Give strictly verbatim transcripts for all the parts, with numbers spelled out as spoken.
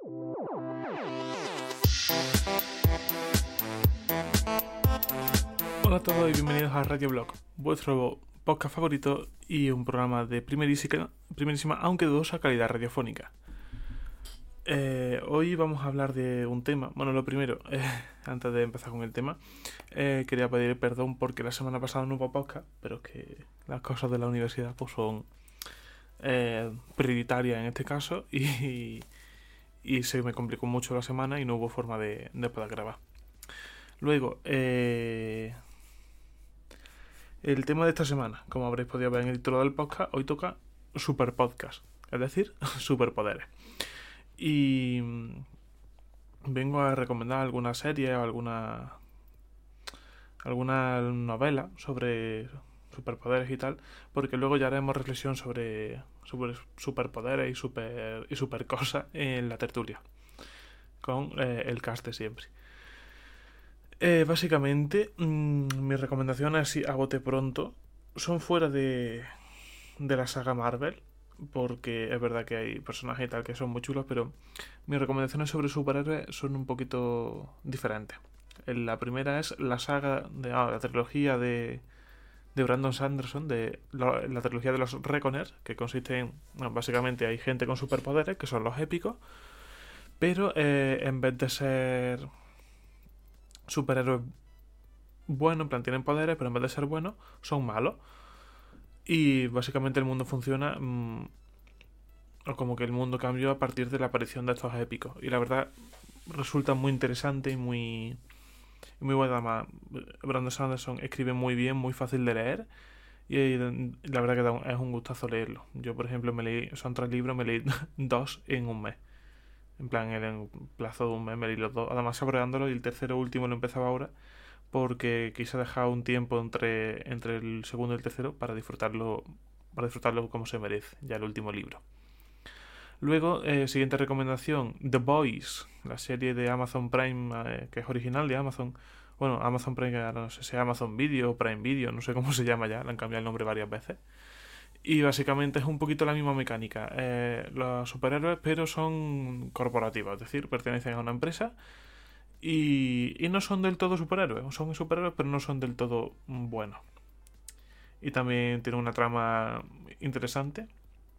Hola a todos y bienvenidos a Radio Blog, vuestro podcast favorito y un programa de primerísima, primerísima aunque dudosa calidad radiofónica. Eh, hoy vamos a hablar de un tema. Bueno, lo primero, eh, antes de empezar con el tema, eh, quería pedir perdón porque la semana pasada no hubo podcast, pero es que las cosas de la universidad pues son eh, prioritarias en este caso y, y se me complicó mucho la semana y no hubo forma de, de poder grabar. Luego, eh, el tema de esta semana, como habréis podido ver en el título del podcast, hoy toca Super Podcast, es decir, superpoderes. Y vengo a recomendar alguna serie o alguna alguna novela sobre superpoderes y tal, porque luego ya haremos reflexión sobre, sobre superpoderes y super y super cosas en la tertulia con eh, el cast de siempre. Eh, básicamente, mmm, mis recomendaciones así a bote pronto son fuera de, de la saga Marvel, porque es verdad que hay personajes y tal que son muy chulos, pero mis recomendaciones sobre superhéroes son un poquito diferentes. La primera es la saga de ah, la trilogía de, de Brandon Sanderson, de la, la trilogía de los Reckoners, que consiste en, bueno, básicamente hay gente con superpoderes, que son los épicos, pero eh, en vez de ser superhéroes buenos, en plan tienen poderes, pero en vez de ser buenos, son malos. Y básicamente el mundo funciona mmm, o como que el mundo cambió a partir de la aparición de estos épicos. Y la verdad resulta muy interesante y muy muy buena. Más Brandon Sanderson escribe muy bien, muy fácil de leer. Y la verdad que es un gustazo leerlo. Yo, por ejemplo, me leí, son tres libros, me leí dos en un mes. En plan, en el plazo de un mes me leí los dos. Además, saboreándolo, y el tercero último lo empezaba ahora, porque quise dejar un tiempo entre, entre el segundo y el tercero para disfrutarlo, para disfrutarlo como se merece, ya el último libro. Luego, eh, siguiente recomendación, The Boys, la serie de Amazon Prime, eh, que es original de Amazon. Bueno, Amazon Prime, ahora no sé si es Amazon Video o Prime Video, no sé cómo se llama ya, le han cambiado el nombre varias veces. Y básicamente es un poquito la misma mecánica. Eh, los superhéroes, pero son corporativos, es decir, pertenecen a una empresa y, y no son del todo superhéroes. Son superhéroes, pero no son del todo buenos. Y también tiene una trama interesante.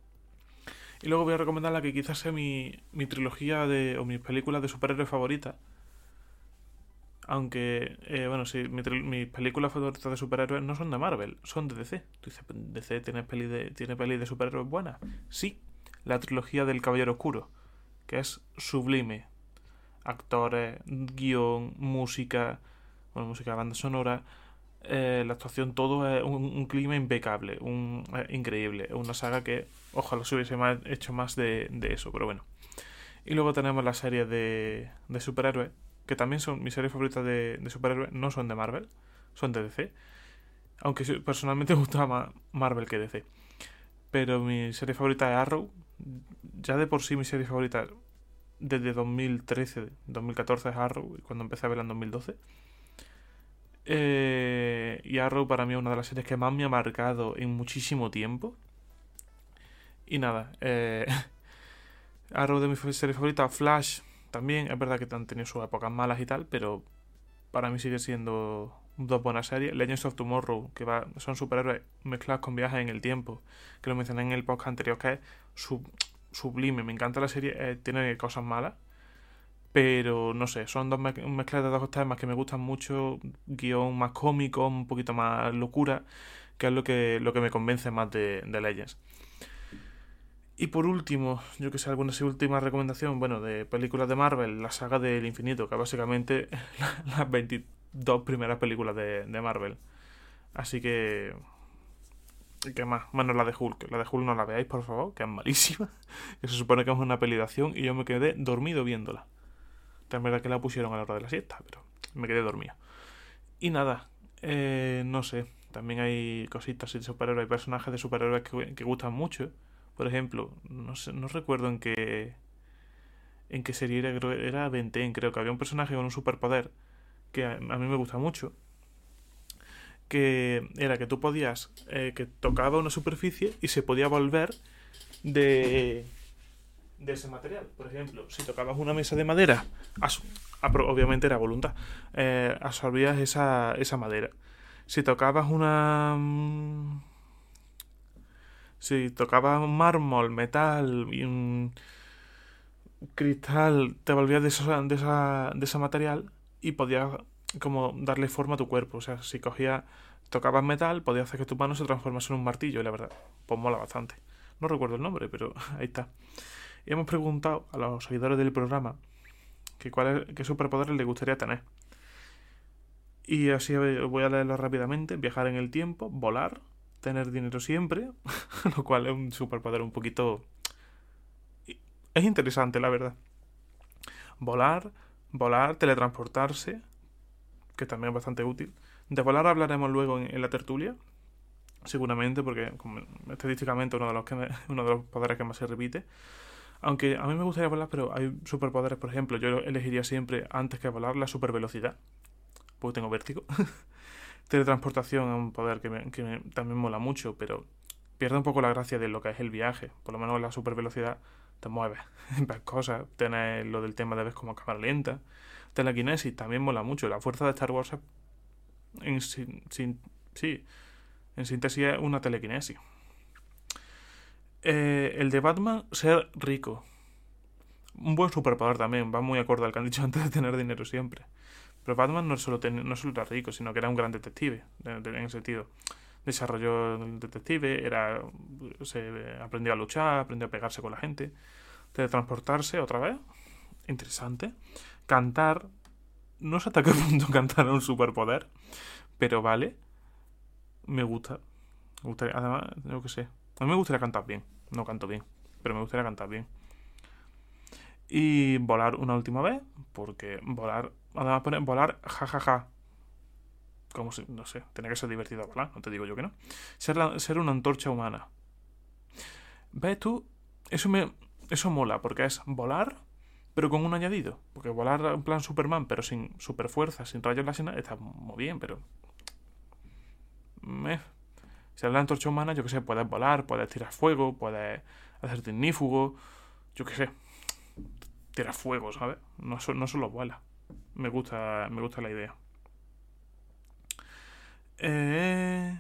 Y luego voy a recomendar la que quizás sea mi, mi trilogía de, o mis películas de superhéroes favoritas. Aunque, eh, bueno, sí, mi tri- mis películas favoritas de superhéroes no son de Marvel, son de D C. Tú dices, ¿D C tiene peli de, tiene peli de superhéroes buenas? Sí, la trilogía del Caballero Oscuro, que es sublime. Actores, guión, música, bueno, música, banda sonora, eh, la actuación, todo es un, un clima impecable, un, eh, increíble. Es una saga que ojalá se hubiese más, hecho más de, de eso, pero bueno. Y luego tenemos la serie de, de superhéroes, que también son mis series favoritas de, de superhéroes, no son de Marvel, son de D C. Aunque personalmente me gusta más Marvel que D C. Pero mi serie favorita es Arrow. Ya de por sí mi serie favorita desde dos mil trece, dos mil catorce es Arrow, cuando empecé a verla en dos mil doce. Eh, y Arrow para mí es una de las series que más me ha marcado en muchísimo tiempo. Y nada, eh, Arrow de mi serie favorita, Flash también, es verdad que han tenido sus épocas malas y tal, pero para mí sigue siendo dos buenas series. Legends of Tomorrow, que va, son superhéroes mezclados con viajes en el tiempo, que lo mencioné en el podcast anterior, que es sub, sublime. Me encanta la serie, eh, tiene cosas malas, pero no sé, son dos me- mezclas de dos temas que me gustan mucho, guión más cómico, un poquito más locura, que es lo que, lo que me convence más de, de Legends. Y por último, yo que sé, alguna última recomendación, bueno, de películas de Marvel, la saga del infinito, que es básicamente las veintidós primeras películas de, de Marvel. Así que... ¿Qué más? Bueno, la de Hulk. La de Hulk no la veáis, por favor, que es malísima. Que se supone que es una peli de acción y yo me quedé dormido viéndola. Es verdad que la pusieron a la hora de la siesta, pero me quedé dormido. Y nada, eh, no sé. También hay cositas de superhéroes, hay personajes de superhéroes que, que gustan mucho. Por ejemplo, no sé, no recuerdo en qué en qué serie era, creo, era Ben ten, creo que había un personaje con un superpoder que a, a mí me gusta mucho, que era que tú podías, eh, que tocaba una superficie y se podía volver de de ese material. Por ejemplo, si tocabas una mesa de madera, as- apro- obviamente era voluntad, eh, absorbías esa, esa madera. Si tocabas una... mm, Si tocabas mármol, metal, y, mm, cristal, te volvías de, esa, de, esa, de ese material y podías como darle forma a tu cuerpo. O sea, si cogías, tocabas metal, podías hacer que tu mano se transformase en un martillo, y la verdad, pues mola bastante. No recuerdo el nombre, pero ahí está. Y hemos preguntado a los seguidores del programa que cuál es, qué superpoderes les gustaría tener. Y así voy a leerlo rápidamente. Viajar en el tiempo, volar, tener dinero siempre, lo cual es un superpoder un poquito... Es interesante, la verdad. Volar, volar, teletransportarse, que también es bastante útil. De volar hablaremos luego en, en la tertulia, seguramente, porque como, estadísticamente uno de los que me- uno de los poderes que más se repite. Aunque a mí me gustaría volar, pero hay superpoderes, por ejemplo, yo elegiría siempre antes que volar la supervelocidad, porque tengo vértigo. Teletransportación es un poder que, me, que me- también mola mucho, pero pierde un poco la gracia de lo que es el viaje. Por lo menos la supervelocidad te mueves, ves cosas, tienes lo del tema de ves como cámara lenta. Telequinesis también mola mucho. La fuerza de Star Wars es en, sin, sin- sí, en síntesis es una telequinesis. Eh, el de Batman, ser rico. Un buen superpoder también, va muy acorde al que han dicho antes de tener dinero siempre. Pero Batman no solo, ten, no solo era rico, sino que era un gran detective, de, de, en el sentido. Desarrolló el detective, era, se aprendió a luchar, aprendió a pegarse con la gente. Teletransportarse otra vez, interesante. Cantar, no sé hasta qué punto cantar es un superpoder, pero vale, me gusta. Me gustaría, además, yo que sé, a mí me gustaría cantar bien, no canto bien, pero me gustaría cantar bien. Y volar una última vez, porque volar, además poner volar, jajaja, ja, ja. Como si, no sé, tiene que ser divertido volar, no te digo yo que no. Ser, la- ser una antorcha humana. ¿Ves tú? Eso me, eso mola, porque es volar, pero con un añadido. Porque volar en plan Superman, pero sin super fuerza, sin rayos láser, está muy bien, pero... meh. Si es la antorcha humana, yo que sé, puedes volar, puedes tirar fuego, puedes hacerte ignífugo, yo que sé, tirar fuego, ¿sabes? No, so- no solo vuela. Me gusta, me gusta la idea. Eh,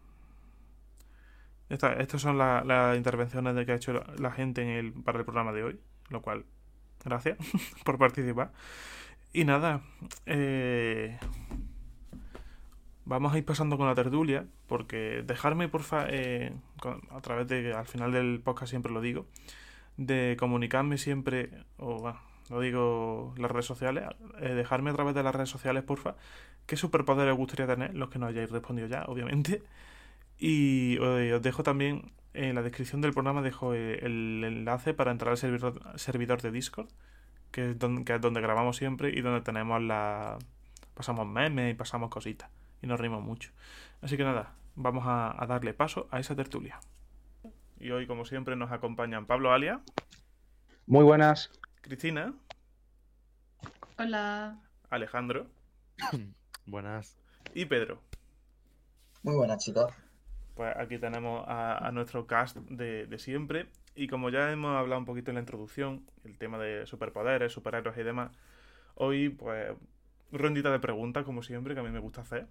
esta- estas son la- las intervenciones de que ha hecho la, la gente en el, para el programa de hoy, lo cual, gracias por participar. Y nada, eh, vamos a ir pasando con la tertulia, porque dejarme, porfa, eh, con- a través de, al final del podcast siempre lo digo, de comunicarme siempre, o bueno, lo digo en las redes sociales, eh, dejarme a través de las redes sociales, porfa, qué superpoderes os gustaría tener, los que no hayáis respondido ya, obviamente. Y eh, os dejo también en la descripción del programa, dejo eh, el enlace para entrar al servidor, servidor de Discord, que es, donde, que es donde grabamos siempre y donde tenemos la... pasamos memes y pasamos cositas. Y nos reímos mucho. Así que nada, vamos a, a darle paso a esa tertulia. Y hoy, como siempre, nos acompañan Pablo Alia, Muy buenas. Cristina, Hola. Alejandro Buenas. y Pedro. Muy buenas, chicos. Pues aquí tenemos a, a nuestro cast de, de siempre. Y como ya hemos hablado un poquito en la introducción, el tema de superpoderes, superhéroes y demás, hoy, pues, rondita de preguntas, como siempre, que a mí me gusta hacer.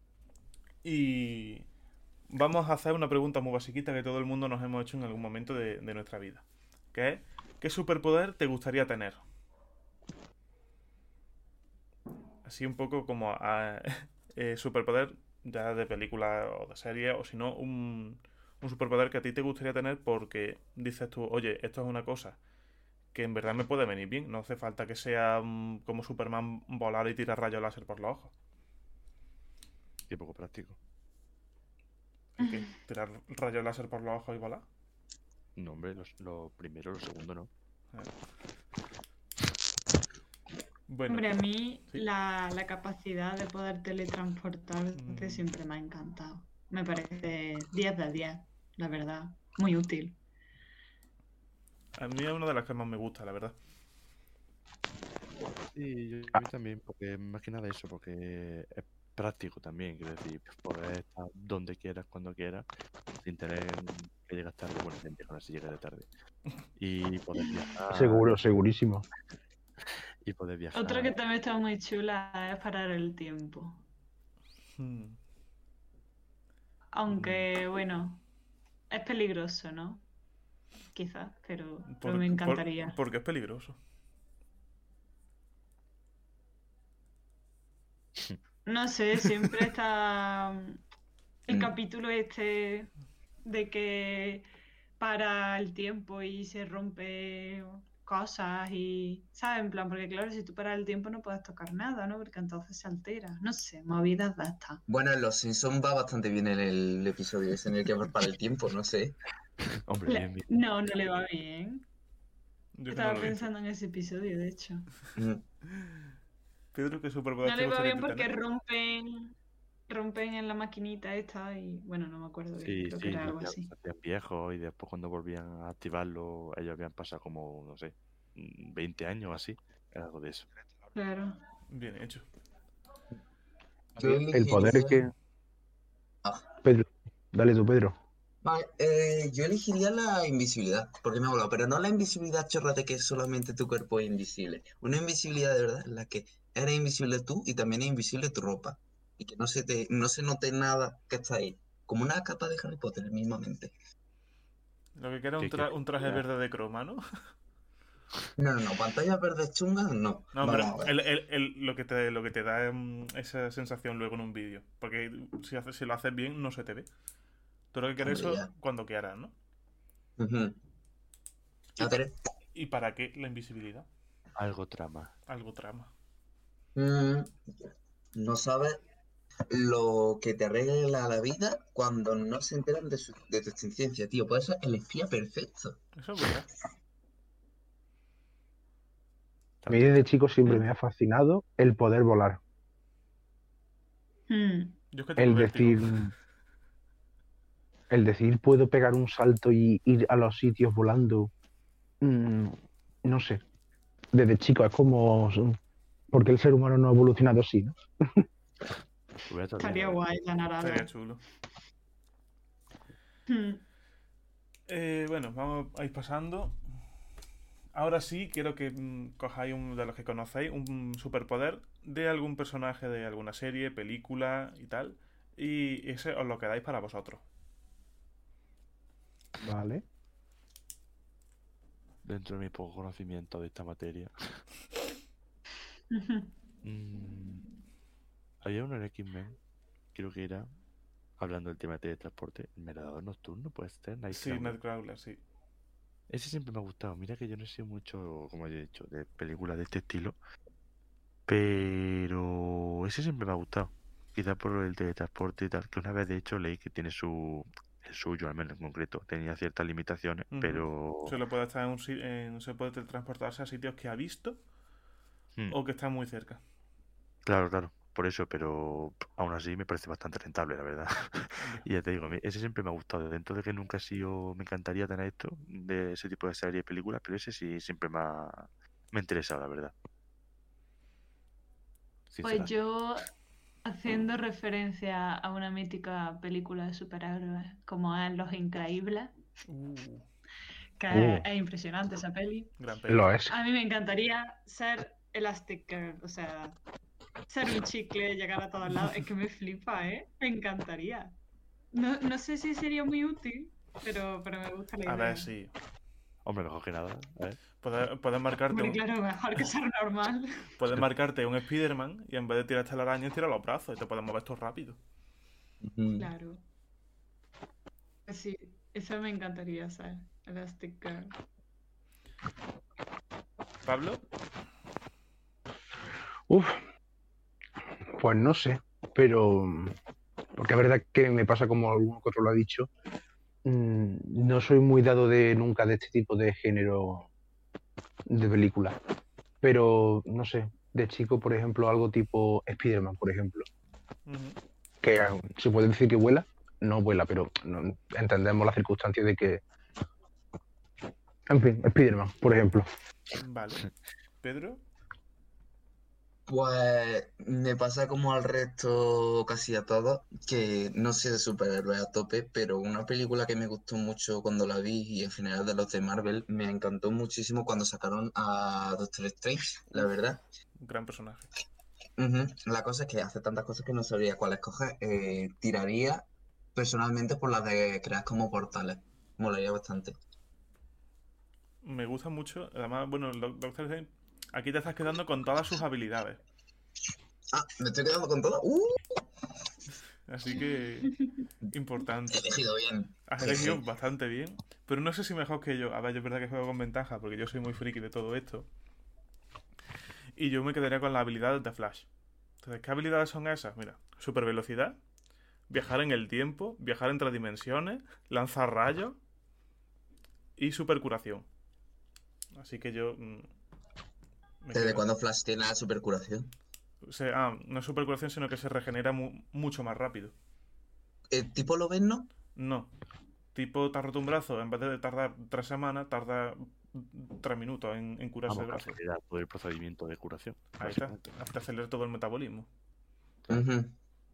Y vamos a hacer una pregunta muy basiquita que todo el mundo nos hemos hecho en algún momento de, de nuestra vida. Que es, ¿qué superpoder te gustaría tener? Así un poco como a, eh, superpoder ya de película o de serie, o si no, un, un superpoder que a ti te gustaría tener porque dices tú, oye, esto es una cosa que en verdad me puede venir bien. No hace falta que sea um, como Superman volar y tirar rayos láser por los ojos. Y poco práctico. ¿Y qué? ¿Tirar rayos láser por los ojos y volar? No, hombre, los- lo primero, lo segundo no. Bueno, Hombre, a mí sí. la, la capacidad de poder teletransportarte Mm. siempre me ha encantado. Me parece diez de diez, la verdad. Muy útil. A mí es una de las que más me gusta, la verdad. Sí, yo, a mí también, porque más que nada eso, porque es práctico también, quiero decir, poder estar donde quieras, cuando quieras, sin tener que llegar tarde, bueno, sin llegar así llegar de tarde. Y poder viajar. Seguro, segurísimo. Y poder viajar. Otra que también está muy chula es parar el tiempo. Hmm. Aunque, bueno, es peligroso, ¿no? Quizás, pero, pero Por- me por- encantaría. porque es peligroso. No sé, siempre está mm, el Mm. capítulo este de que para el tiempo y se rompe cosas y, ¿sabes? En plan, porque claro, si tú paras el tiempo no puedes tocar nada, ¿no? Porque entonces se altera. No sé, movidas de estas. Bueno, en Los Simpsons va bastante bien en el episodio ese en el que para el tiempo, no sé. Hombre, Le- bien, bien. No, no le va bien. Yo que no Estaba lo he visto. pensando en ese episodio, de hecho. Mm. Pedro, ¿qué superpoder No te le va gustaría bien porque tener? rompen, rompen en la maquinita esta y, bueno, no me acuerdo bien, Sí, creo que sí, era se algo hacían, así. se hacían viejos y después cuando volvían a activarlo, ellos habían pasado como, no sé, mm, veinte años o así, era algo de eso. Claro. Bien hecho. Yo El poder elegiría... que... Ah, Pedro, dale tú, Pedro. vale, eh, yo elegiría la invisibilidad, porque me ha volado, pero no la invisibilidad chorra de que solamente tu cuerpo es invisible. Una invisibilidad de verdad en la que eres invisible tú y también es invisible tu ropa. Y que no se te, no se note nada que está ahí. Como una capa de Harry Potter mismamente. Lo que quiera un, ¿Qué tra- un traje quieres? verde de croma, ¿no? No, no, no, pantallas verdes chungas, no. No, Vamos pero a ver. el- el- el- lo, que te, lo que te da mm, esa sensación luego en un vídeo. Porque si, haces, si lo haces bien, no se te ve. Tú lo que quieres Hombre, eso ya. cuando quieras, ¿no? Ujú. ¿Y, A pa- ver. ¿Y para qué la invisibilidad? Algo trama. Algo trama. Mm, no sabes lo que te arregla la vida cuando no se enteran de, su- de tu existencia, tío. Puedes ser el espía perfecto. Eso es verdad. A mí desde chico siempre me ha fascinado el poder volar. Hmm. Yo es que tengo El vértigo. decir, el decir puedo pegar un salto y ir a los sitios volando. Mm, no sé. Desde chico es como... Porque el ser humano no ha evolucionado así, ¿no? Hubiera estado bien, Estaría la verdad. guay ganar Estaría algo. chulo. Hmm. Eh, bueno, vamos a ir pasando. Ahora sí, quiero que mm, cojáis uno de los que conocéis, un superpoder de algún personaje de alguna serie, película y tal. Y ese os lo quedáis para vosotros. Vale. Dentro de mi poco conocimiento de esta materia. mm, había uno en X-Men, creo que era, hablando del tema de teletransporte, el Merodeador Nocturno, puede ser, Sí, Nightcrawler. Nightcrawler, sí. Ese siempre me ha gustado. Mira que yo no sé mucho, como he dicho, de películas de este estilo. Pero ese siempre me ha gustado. Quizá por el teletransporte y tal. Que una vez de hecho leí que tiene su... El suyo, al menos en concreto. Tenía ciertas limitaciones, Ujú. pero... Solo puede estar en un si- en- se puede teletransportarse a sitios que ha visto Hmm, o que están muy cerca. claro, claro. Por eso, pero pff, aún así me parece bastante rentable, la verdad. Hombre. Y ya te digo, a mí ese siempre me ha gustado. Dentro de que nunca he sido... Me encantaría tener esto, de ese tipo de series y películas, pero ese sí siempre me ha, me ha interesado, la verdad. Pues Sinceramente. yo, haciendo referencia a una mítica película de superhéroes como es Los Increíbles, Uh, que Uh. es, es impresionante esa peli, gran peli. Lo es. a mí me encantaría ser Elastic Girl, o sea, ser un chicle, llegar a todos lados, es que me flipa, ¿eh? Me encantaría. No, no sé si sería muy útil, pero, pero me gusta la idea. A ver, sí. Hombre, mejor que nada. ¿eh? Puedes, puedes marcarte Hombre, un, claro, mejor que ser normal. puedes marcarte un Spider-Man y en vez de tirarte la araña, tira los brazos y te puedes mover esto rápido. Ujú. Claro. Pues sí, eso me encantaría ser, Elastic Girl. Pablo, Uf. Pues no sé. Pero... Porque es verdad que me pasa como alguno que otro lo ha dicho. mm, No soy muy dado de nunca de este tipo de género de películas. Pero no sé. De chico, por ejemplo, algo tipo Spider-Man, por ejemplo. ujú, Que ah, se puede decir que vuela, no vuela, pero no- entendemos las circunstancias de que... En fin, Spider-Man, por ejemplo. vale. Pedro, Pues me pasa como al resto, casi a todos, que no sé de superhéroes a tope, pero una película que me gustó mucho cuando la vi y en general de los de Marvel, me encantó muchísimo cuando sacaron a Doctor Strange, la verdad. Un gran personaje. Ujú. La cosa es que hace tantas cosas que no sabría cuál escoger. Eh, tiraría personalmente por las de crear como portales. Molaría bastante. Me gusta mucho. Además, bueno, el Doc- Doctor Strange, aquí te estás quedando con todas sus habilidades. Ah, me estoy quedando con todo. ¡Uh! Así que, He importante. elegido bien. Has Jeje. elegido bastante bien, pero no sé si mejor que yo. A ver, yo es verdad que juego con ventaja, porque yo soy muy friki de todo esto. Y yo me quedaría con las habilidades de Flash. Entonces, ¿qué habilidades son esas? Mira, super velocidad, viajar en el tiempo, viajar entre dimensiones, lanzar rayos y super curación. Así que yo mm, me ¿Desde quedo. cuándo Flash tiene la supercuración? O sea, ah, no es super curación, sino que se regenera mu- mucho más rápido. ¿El tipo lo ves, no? No. Tipo, te has roto un brazo, en vez de tardar tres semanas, tarda tres minutos en, en curarse Vamos, el que brazo. acelera todo el procedimiento de curación. Ahí está, Básicamente. te acelera todo el metabolismo. Ujú.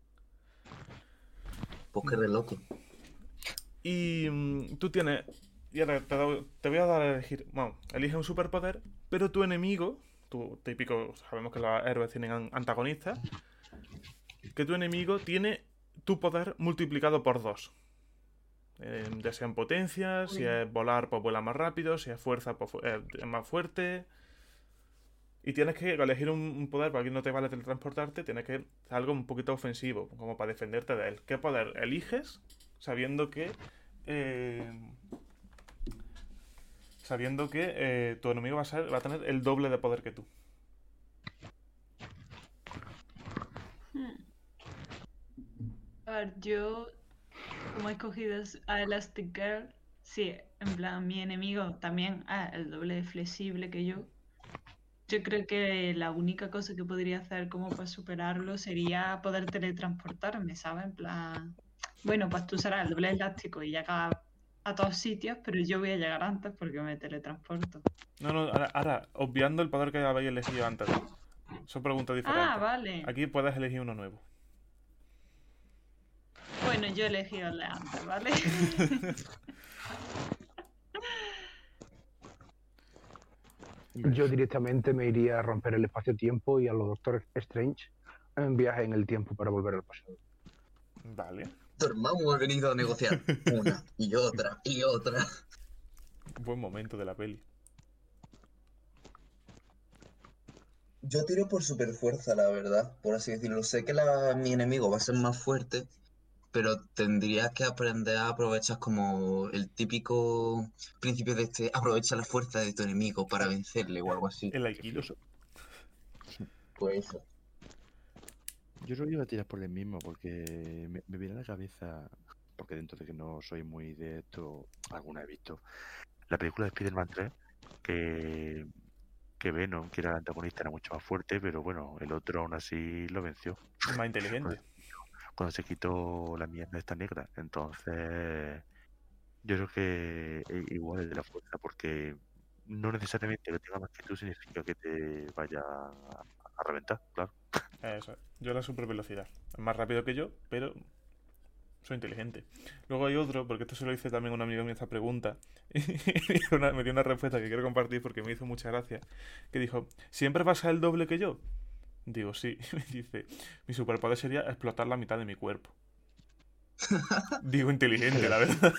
Pues qué re loco. Y mm, tú tienes. Y ahora te, doy- te voy a dar a elegir. Bueno, elige un superpoder, pero tu enemigo, tu típico, sabemos que los héroes tienen an- antagonistas, que tu enemigo tiene tu poder multiplicado por dos. Eh, ya sea en potencia, si Uy. es volar, pues vuela más rápido, si es fuerza, pues fu- eh, es más fuerte. Y tienes que elegir un, un poder, porque aquí no te vale teletransportarte, tienes que hacer algo un poquito ofensivo, como para defenderte de él. ¿Qué poder eliges sabiendo que eh, sabiendo que eh, tu enemigo va a ser, va a tener el doble de poder que tú? Hmm. A ver, yo, como he escogido a Elastic Girl, sí, en plan, mi enemigo también, ah, el doble de flexible que yo. Yo creo que la única cosa que podría hacer como para superarlo sería poder teletransportarme, ¿sabes? En plan, bueno, pues tú serás el doble elástico y llegas a, a todos sitios, pero yo voy a llegar antes porque me teletransporto. No, no, ahora, ahora, obviando el poder que habéis elegido antes. Son preguntas Ah, diferentes. vale. Aquí puedes elegir uno nuevo. Bueno, yo he elegido el de antes, ¿vale? Hombre, Yo directamente me iría a romper el espacio-tiempo y a los Doctor Strange en viaje en el tiempo para volver al pasado. Vale. Tu hermano ha venido a negociar una y otra y otra. Buen momento de la peli. Yo tiro por superfuerza, la verdad, por así decirlo. Sé que la- mi enemigo va a ser más fuerte, pero tendría que aprender a aprovechar como el típico principio de este, aprovecha la fuerza de tu enemigo para vencerle o algo así. El qué Aikido. filoso. Pues eso. Yo lo iba a tirar por el mismo porque me, me viene a la cabeza, porque dentro de que no soy muy de esto, alguna he visto, la película de Spider-Man tres, que, que Venom, que era el antagonista, era mucho más fuerte, pero bueno, el otro aún así lo venció Más inteligente. cuando se quitó la mierda esta negra. Entonces, yo creo que i- igual es de la fuerza, porque no necesariamente que tenga más que tú significa que te vaya a, a reventar, claro. Eso. Yo la super velocidad. Es más rápido que yo, pero soy inteligente. Luego hay otro, porque esto se lo hice también a un amigo mío esta pregunta. Y me dio una, me dio una respuesta que quiero compartir porque me hizo mucha gracia. Que dijo, ¿siempre vas a ser el doble que yo? Digo, sí. Y me dice, mi superpoder sería explotar la mitad de mi cuerpo. Digo, inteligente, la verdad.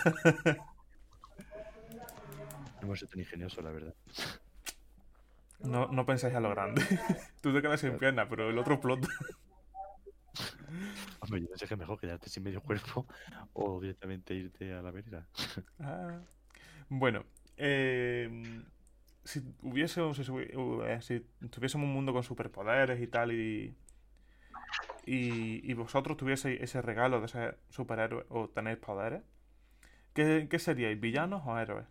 Hemos sido tan ingenioso, la verdad. No, no pensáis a lo grande. Tú te quedas sin pierna, pero el otro explota. Hombre, yo pensé que es mejor quedarte sin medio cuerpo o directamente irte a la vereda. Ah. Bueno, eh, si hubiese, si, hubi- u- eh, si tuviésemos un mundo con superpoderes y tal, y, y, y vosotros tuvieseis ese regalo de ser superhéroe o tener poderes, ¿qué, qué seríais? ¿Villanos o héroes?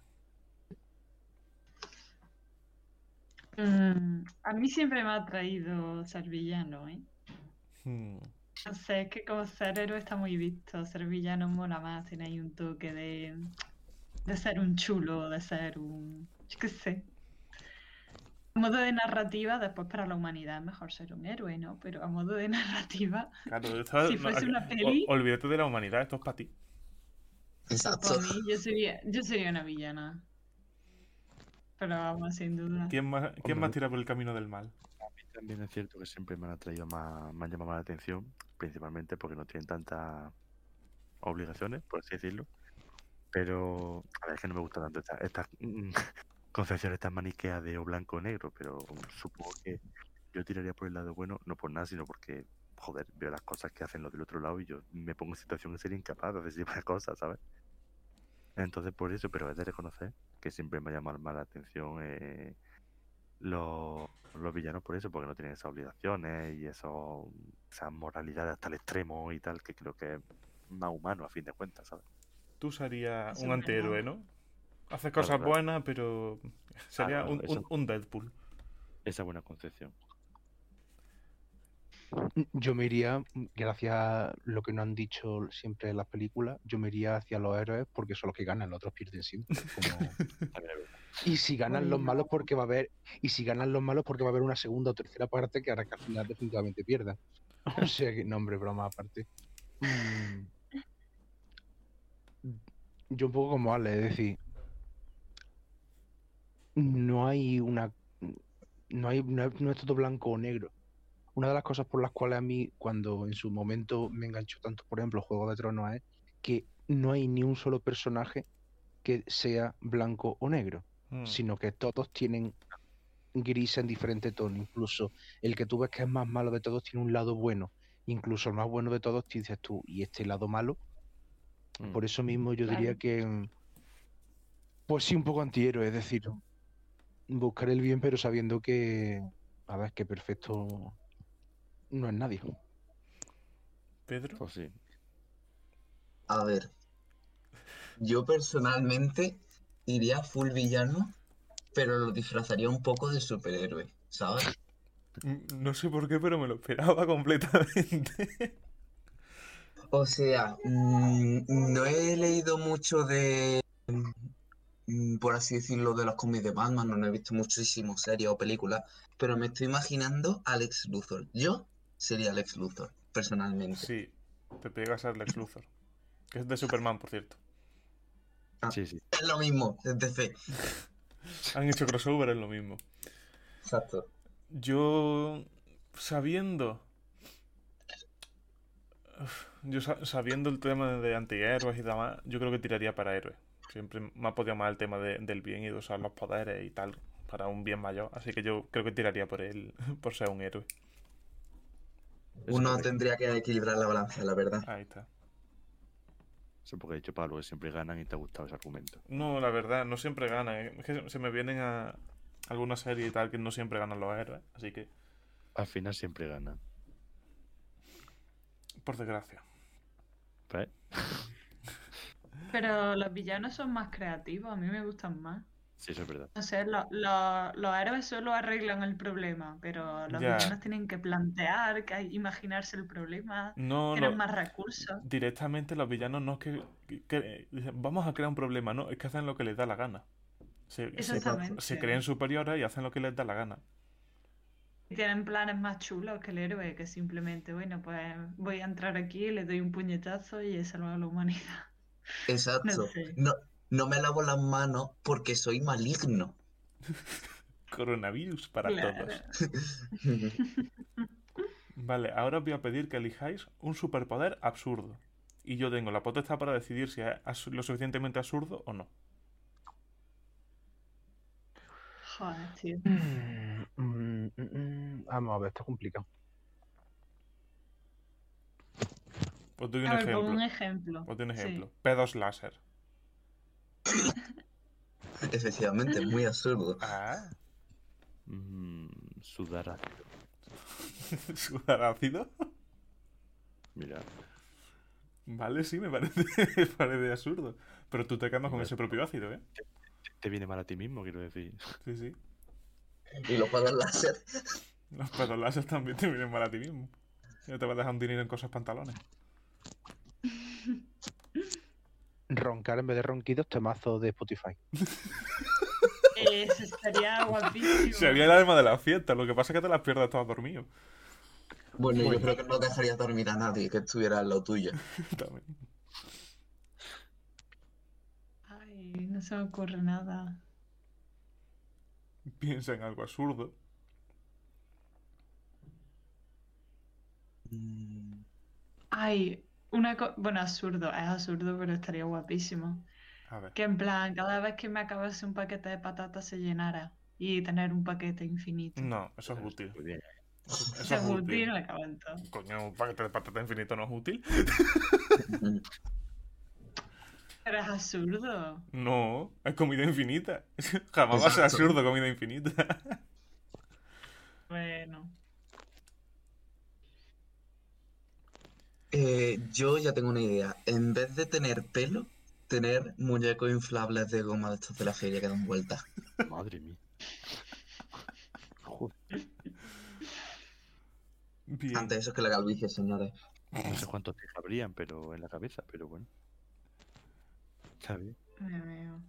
Mm, a mí siempre me ha atraído ser villano, ¿eh? Hmm, No sé, es que como ser héroe está muy visto, ser villano mola más, tiene ahí un toque de, de ser un chulo, de ser un... yo qué sé. A modo de narrativa, después para la humanidad es mejor ser un héroe, ¿no? Pero a modo de narrativa, Claro, esto- si no, fuese una o- peli, olvídate de la humanidad, esto es para ti. pues Exacto. para mí yo sería, yo sería una villana. Pero vamos, sin duda. ¿Quién más, quién Hombre, más tira por el camino del mal? A mí también es cierto que siempre me han atraído más, me han llamado más la atención, principalmente porque no tienen tantas obligaciones, por así decirlo. Pero, a ver, es que no me gusta tanto estas esta, mm, concepciones tan maniqueas de o blanco o negro, pero supongo que yo tiraría por el lado bueno, no por nada, sino porque, joder, veo las cosas que hacen los del otro lado y yo me pongo en situación de ser incapaz de hacer esas cosas, ¿sabes? Entonces, por eso, pero es de reconocer que siempre me ha llamado más la atención eh, los, los villanos por eso, porque no tienen esas obligaciones y eso, esas moralidades hasta el extremo y tal, que creo que es más humano a fin de cuentas, ¿sabes? Tú serías Eso un es antihéroe, verdad. ¿no? Haces Claro, cosas claro. buenas, pero sería Claro, un, eso- un- un Deadpool. Esa buena concepción. Yo me iría, gracias a lo que nos han dicho siempre en las películas, yo me iría hacia los héroes porque son los que ganan, los otros pierden siempre. Como... También es verdad. Y si ganan los Bueno. malos porque va a haber, y si ganan los malos porque va a haber una segunda o tercera parte que hará que al final definitivamente pierdan. O sea que, no, hombre, broma aparte. Mm, Yo un poco como Ale, es decir, no hay una, no hay, no es, no es todo blanco o negro. Una de las cosas por las cuales a mí, cuando en su momento me enganchó tanto, por ejemplo, Juego de Tronos, es que no hay ni un solo personaje que sea blanco o negro, Hmm. sino que todos tienen gris en diferente tono. Incluso el que tú ves que es más malo de todos tiene un lado bueno. Incluso el más bueno de todos te dices tú, y este lado malo. Mm. Por eso mismo yo diría Claro. que, mm, pues sí, un poco antihéroe, es decir, buscar el bien, pero sabiendo que, a ver, que perfecto no es nadie. Pedro. Pues sí. A ver, yo personalmente iría full villano, pero lo disfrazaría un poco de superhéroe, ¿sabes? Mm, No sé por qué, pero me lo esperaba completamente. O sea, mm, no he leído mucho de, mm, por así decirlo, de los cómics de Batman, no he visto muchísimas series o películas, pero me estoy imaginando a Lex Luthor. Yo sería Lex Luthor, personalmente. Sí, te pegas al Lex Luthor. Que es de Superman, por cierto. Ah, Sí, sí. es lo mismo, es de fe. Han hecho crossover, es lo mismo. Exacto. Yo, sabiendo... Uf, Yo sa- sabiendo el tema de antihéroes y demás, yo creo que tiraría para héroes. Siempre me ha podido más el tema de- del bien y de usar los poderes y tal para un bien mayor. Así que yo creo que tiraría por él, por ser un héroe. Eso Uno porque, tendría que equilibrar la balanza, la verdad. Ahí está. eso porque he dicho Pablo que siempre ganan y te ha gustado ese argumento. No, la verdad, no siempre ganan. ¿eh? Es que se me vienen a alguna serie y tal que no siempre ganan los héroes. Así que, Al final siempre ganan. por desgracia. ¿Ves? Pero los villanos son más creativos, a mí me gustan más. Sí, eso es verdad. No sé, lo- lo- los héroes solo arreglan el problema, pero los Ya. villanos tienen que plantear, que hay- imaginarse el problema, No, tienen lo- más recursos. directamente los villanos no es que, que- que- dicen, vamos a crear un problema, no, es que hacen lo que les da la gana. Se, se, Exactamente. se creen superiores y hacen lo que les da la gana. Y tienen planes más chulos que el héroe, que simplemente, bueno, pues voy a entrar aquí, le doy un puñetazo y he salvado a la humanidad. Exacto. No sé. No, no me lavo las manos porque soy maligno. Coronavirus para Claro. todos. Vale, ahora os voy a pedir que elijáis un superpoder absurdo. Y yo tengo la potestad para decidir si es as- lo suficientemente absurdo o no. Joder, tío. Mm, mm, mm, mm. Vamos a ver, esto es complicado. Os doy un A ver, pongo ejemplo. un ejemplo. Os doy un Sí. ejemplo. Pedos láser. Efectivamente, muy absurdo. Ah. Mm, sudar ácido. ¿Sudar ácido? Mira, Vale, sí, me parece, me parece absurdo. Pero tú te quemas con Hombre. ese propio ácido, ¿eh? te viene mal a ti mismo, quiero decir. Sí, sí. Y los palos láser. Los pedos láser también te vienen mal a ti mismo. Ya te vas a dejar un dinero en cosas pantalones. Roncar en vez de ronquidos, temazo de Spotify. Eso estaría guapísimo. Sería el alma de la fiesta, lo que pasa es que te las pierdes todas dormido. Bueno, yo Bueno. creo que no dejarías dormir a nadie que estuviera al lado tuyo. También. Ay, no se me ocurre nada. Piensa en algo absurdo. Mm, Ay, una cosa. Bueno, absurdo, es absurdo, pero estaría guapísimo. A ver. Que en plan, cada vez que me acabase un paquete de patatas se llenara y tener un paquete infinito. No, eso es útil. Muy bien. Eso, eso Se es útil, útil. me caben todo. Coño, un paquete de patata infinito no es útil. mm. Pero es absurdo. No, es comida infinita. Jamás va a ser Exacto. absurdo comida infinita. Bueno. Eh, yo ya tengo una idea. En vez de tener pelo, tener muñecos inflables de goma de estos de la feria que dan vueltas. Madre mía. Joder, Bien. Antes eso que la calvicie, señores. no sé cuántos te cabrían, pero en la cabeza, pero bueno. Está bien. Me veo.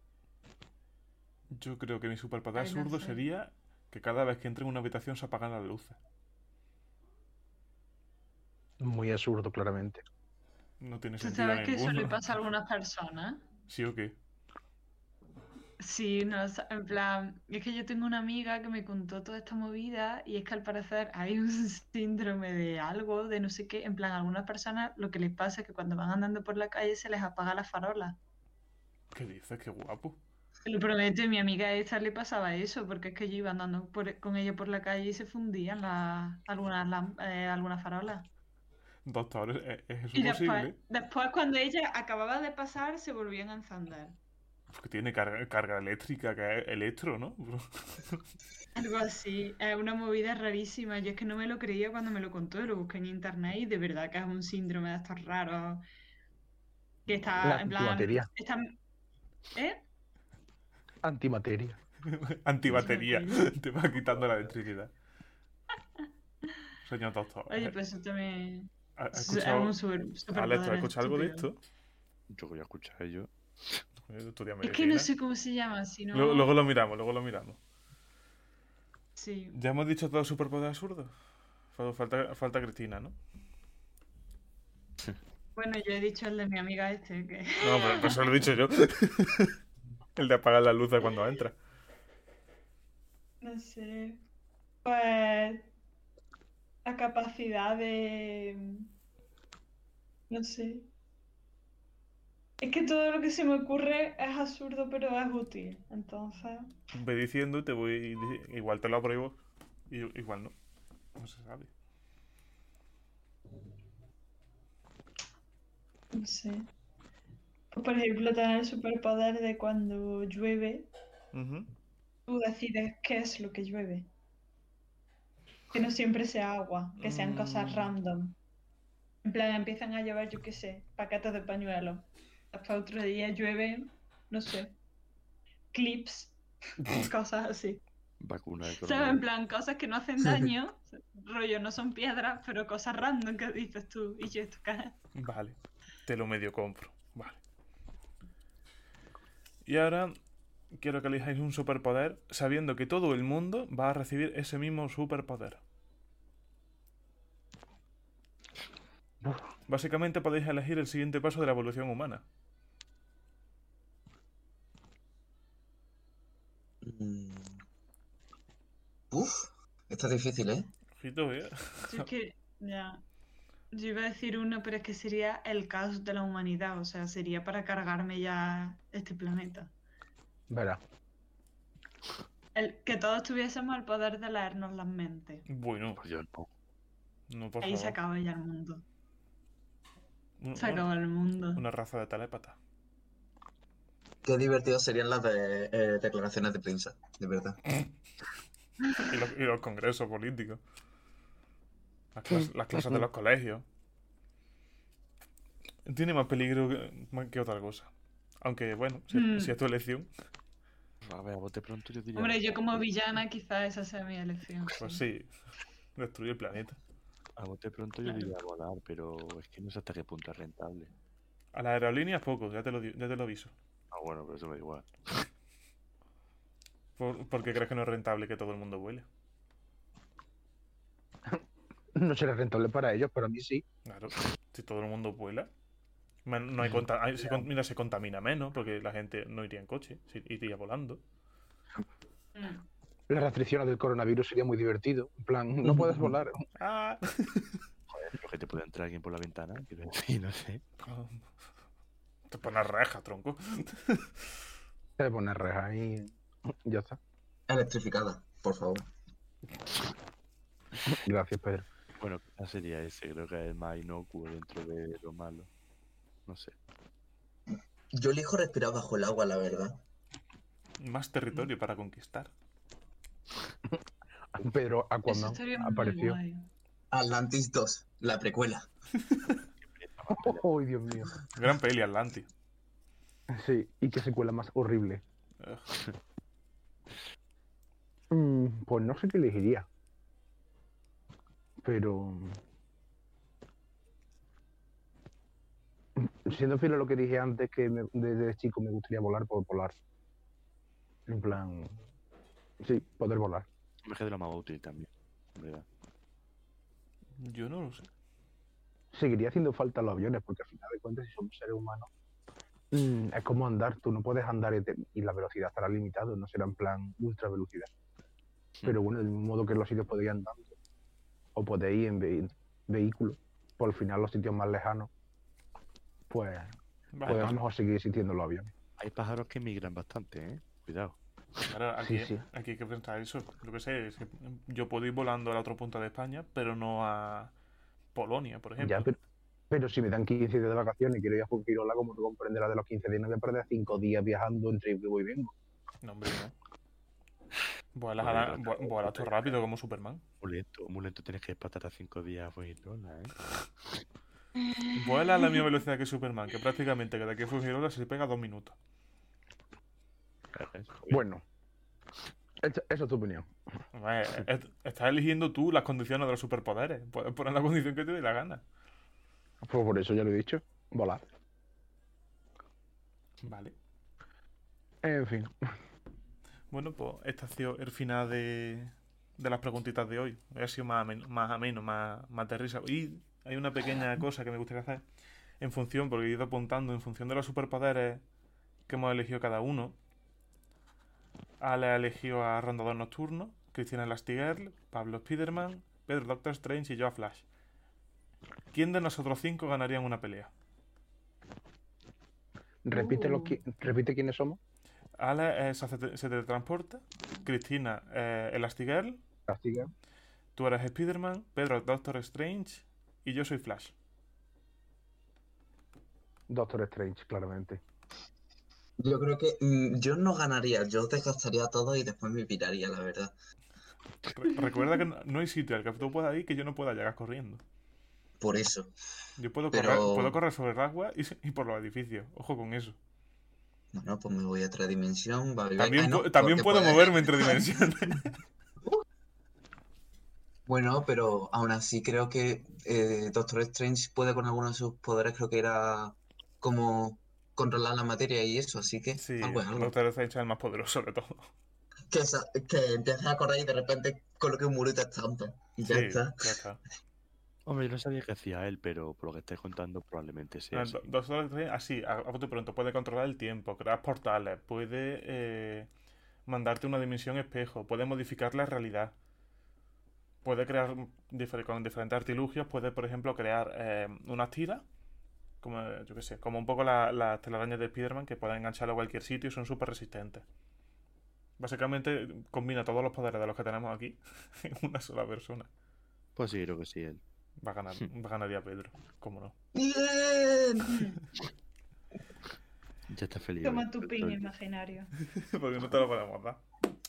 Yo creo que mi superpoder Ay, no absurdo sé. sería que cada vez que entre en una habitación se apagan las luces. Muy absurdo, claramente. No tiene ¿Tú sentido sabes que eso le ninguno. pasa a algunas personas? ¿Sí o qué? Sí, no, o sea, en plan, es que yo tengo una amiga que me contó toda esta movida y es que al parecer hay un síndrome de algo, de no sé qué, en plan, a algunas personas lo que les pasa es que cuando van andando por la calle se les apaga la farola. ¿Qué dices? Qué guapo. Te lo prometo, y a mi amiga esta le pasaba eso, porque es que yo iba andando por- con ella por la calle y se fundían las, algunas, lam- eh, algunas farolas. Doctor, ¿es, es eso Y después, posible? después cuando ella acababa de pasar, se volvían a encender. Porque tiene carga, carga eléctrica, que es electro, ¿no? Algo así, es una movida rarísima. Yo es que no me lo creía cuando me lo contó, lo busqué en internet y de verdad que es un síndrome de estos raros. Que está, La en plan, antimateria. está, ¿eh? Antimateria. Antibatería. Antibatería. Te va quitando la electricidad. Señor doctor, Oye, ¿eh? pues eso también ¿ha- ¿has es escuchado, un super, Alex, ¿tú superpoder has escuchado algo de estúpido. esto? Yo voy a escuchar yo. Estudia Es que no medicina. sé cómo se llama, si no... Luego, luego lo miramos, luego lo miramos. Sí. Ya hemos dicho todo superpoder absurdo. Fa- Falta, falta Cristina, ¿no? Bueno, yo he dicho el de mi amiga este, que... No, pero, pero eso lo he dicho yo. El de apagar las luces cuando entra. No sé. Pues la capacidad de... No sé. Es que todo lo que se me ocurre es absurdo, pero es útil. Entonces, Ve diciendo y te voy. dici- Igual te lo apruebo. Y, igual no. No se sabe. no sé. Pues, por ejemplo, tener el superpoder de cuando llueve, Ujú. tú decides qué es lo que llueve. Que no siempre sea agua, que sean cosas Mm. random. En plan, empiezan a llover, yo qué sé, paquetes de pañuelos. Después otro día llueve, no sé, clips, cosas así. Vacuna de ¿Sabes? En coronavirus. plan, cosas que no hacen daño, rollo, no son piedras, pero cosas random que dices tú, y yo esto qué es. Vale. Te lo medio compro. Vale. Y ahora quiero que elijáis un superpoder sabiendo que todo el mundo va a recibir ese mismo superpoder. Uf, Básicamente podéis elegir el siguiente paso de la evolución humana. Mm. Uf, esto es difícil, ¿eh? Ojito, ¿eh? Yo es que, ya, yo iba a decir uno, pero es que sería el caos de la humanidad, o sea, sería para cargarme ya este planeta. verá. El, que todos tuviésemos el poder de leernos las mentes. Bueno, Pues yo no. no, por Ahí se favor. acaba ya el mundo. Un- Se un- acabó el mundo. Una raza de telépata. Qué divertidos serían las de eh, declaraciones de prensa, de verdad. Y los, y los congresos políticos. Las, clas- las clases de los colegios. Tiene más peligro que, más que otra cosa. Aunque, bueno, si, Hmm. si es tu elección, A ver, a bote pronto yo diría. Hombre, yo como villana quizás esa sea mi elección. pues sí. sí, destruye el planeta. A bote pronto yo Claro. diría volar, pero es que no sé hasta qué punto es rentable. A las aerolíneas poco, ya te lo, di- ya te lo aviso. Ah, bueno, pero eso me da igual. ¿Por, por qué crees que no es rentable que todo el mundo vuele? No será rentable para ellos, pero a mí sí. Claro, si todo el mundo vuela, man- no hay conta- hay- se, con- mira, se contamina menos porque la gente no iría en coche, se iría volando. Mm. Las restricciones del coronavirus sería muy divertido. En plan, no puedes volar. ¡Ah! Joder, pero que te puede entrar alguien por la ventana, quiero decir, no sé. Te pones reja, tronco. Te pones reja y ya está. Electrificada, por favor. Gracias, Pedro. Bueno, quizás sería ese, creo que es el más inocuo dentro de lo malo. No sé. Yo elijo respirar bajo el agua, la verdad. Más territorio para conquistar. Pedro Eso Aquaman estaría muy apareció. guay. Atlantis dos, la precuela. ¡Oh, Dios mío! Gran peli, Atlantis. Sí, y qué secuela más horrible. Ugh. Mm, pues no sé qué elegiría. Pero... Siendo fiel a lo que dije antes, que me- desde chico me gustaría volar, por volar. En plan... Sí, poder volar. Me quedé lo más útil también, en verdad. Yo no lo sé. Seguiría haciendo falta los aviones, porque al final de cuentas, si somos seres humanos, mm, es como andar. Tú no puedes andar y, te- y la velocidad estará limitada, no será en plan ultra velocidad. Pero bueno, del mismo modo que los sitios podéis ir andando, o podéis ir en ve- vehículo, por al final los sitios más lejanos, pues Vale, podemos mejor seguir existiendo los aviones. Hay pájaros que migran bastante, ¿eh? Cuidado. Claro, aquí, Sí, sí. aquí hay que pensar eso. Yo qué sé, es que yo puedo ir volando al otro punto de España, pero no a Polonia, por ejemplo. Ya, pero, pero si me dan quince días de vacaciones y quiero ir a Fuengirola, como tú comprenderás, de los quince días no voy a perder cinco días viajando entre vivo y vengo. No, hombre, no. Vuelas, Joder, a la- claro, vu- vuelas tú rápido como Superman. Muy lento, muy lento. Tienes que espatar a cinco días a Fuengirola, ¿eh? Vuela a la misma velocidad que Superman, que prácticamente cada que Fujirola se pega dos minutos. Claro, eso, joder. Bueno, esa esa es tu opinión. Hombre, est- estás eligiendo tú las condiciones de los superpoderes. Puedes poner la condición que te dé la gana. Pues por eso ya lo he dicho, volar. Vale. En fin, Bueno, pues este ha sido el final de, de las preguntitas de hoy. Ha sido más ameno, más, ameno, más, más de risa. Y hay una pequeña cosa que me gustaría hacer en función, porque he ido apuntando, en función de los superpoderes que hemos elegido cada uno. Ale ha elegido a Rondador Nocturno, Cristina Elastigirl, Pablo Spiderman, Pedro Doctor Strange y yo a Flash. ¿Quién de nosotros cinco ganaría en una pelea? repite, los Uh. qui- repite quiénes somos. Ale eh, se, hace- se teletransporta, Cristina eh, Elastigirl, Castiga. tú eres Spiderman, Pedro Doctor Strange y yo soy Flash. Doctor Strange, claramente. Yo creo que mm, yo no ganaría, yo desgastaría todo y después me piraría, la verdad. Re- recuerda que no, no hay sitio al que tú puedas ir que yo no pueda llegar corriendo. Por eso. Yo puedo, Pero- correr, puedo correr sobre el agua y, y por los edificios. Ojo con eso. Bueno, pues me voy a otra dimensión. Va, También, Ay, no, pu- también porque puedo puede- moverme entre dimensiones. Bueno, pero aún así creo que eh, Doctor Strange puede con algunos de sus poderes, creo que era como controlar la materia y eso, así que Sí, algo es algo. Doctor Strange es el más poderoso de todo. Que, sa- que empiezas a correr y de repente coloque un muro y te estampa. Y ya Sí, está. ya está. Hombre, yo no sabía qué hacía él, pero por lo que estáis contando probablemente sea Ah, así. Do- Doctor Strange, así, a, a bote pronto, puede controlar el tiempo, crear portales, puede eh, mandarte una dimensión espejo, puede modificar la realidad, puede crear difer- con diferentes artilugios, puede, por ejemplo, crear eh, unas tiras, como, eh, yo qué sé, como un poco la- las telarañas de Spider-Man que pueden engancharlo a cualquier sitio y son súper resistentes. Básicamente combina todos los poderes de los que tenemos aquí en una sola persona. Pues sí, creo que sí, él. Va a ganar, va a ganar ya Pedro, cómo no. ¡Bien! Ya está feliz. Toma hoy. tu pin imaginario. Porque no te lo podemos dar.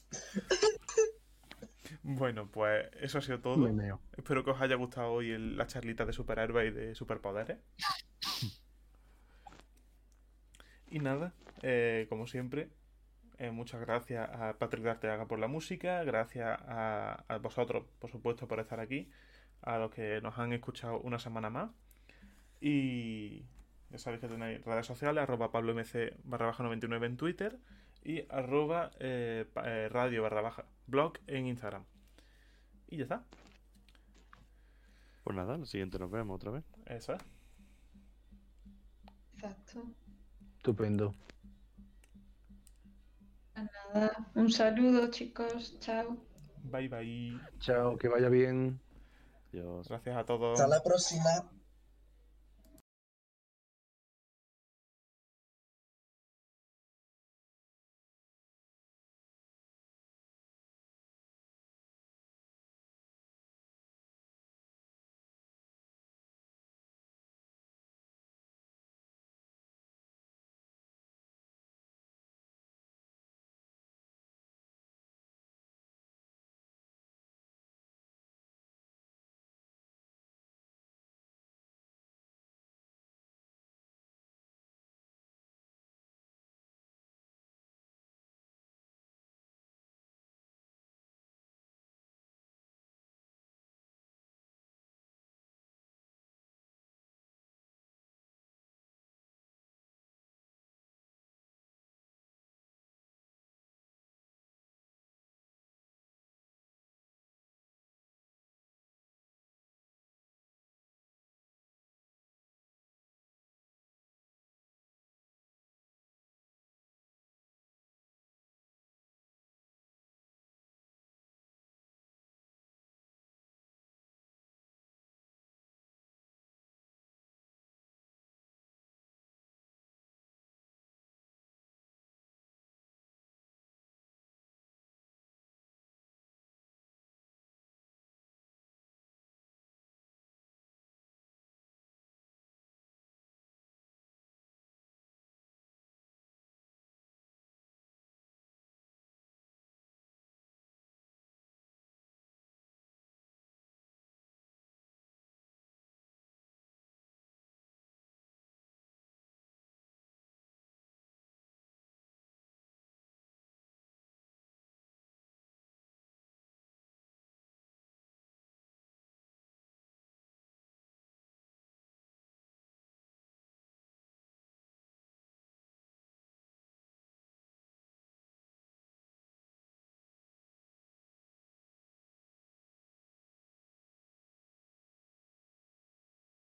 Bueno, pues eso ha sido todo. Me meo. Espero que os haya gustado hoy el- la charlita de superhéroes y de superpoderes. Y nada, eh, como siempre, eh, muchas gracias a Patrick Arteaga por la música, gracias a, a vosotros, por supuesto, por estar aquí, a los que nos han escuchado una semana más. Y ya sabéis que tenéis redes sociales, arroba pablomc barra baja noventa y nueve en Twitter, y arroba eh, pa- eh, radio barra baja blog en Instagram. Y ya está. Pues nada, el siguiente nos vemos otra vez. Eso es. Exacto. Estupendo. Nada, un saludo, chicos. Chao. Bye bye. Chao, que vaya bien. Adiós. Gracias a todos. Hasta la próxima.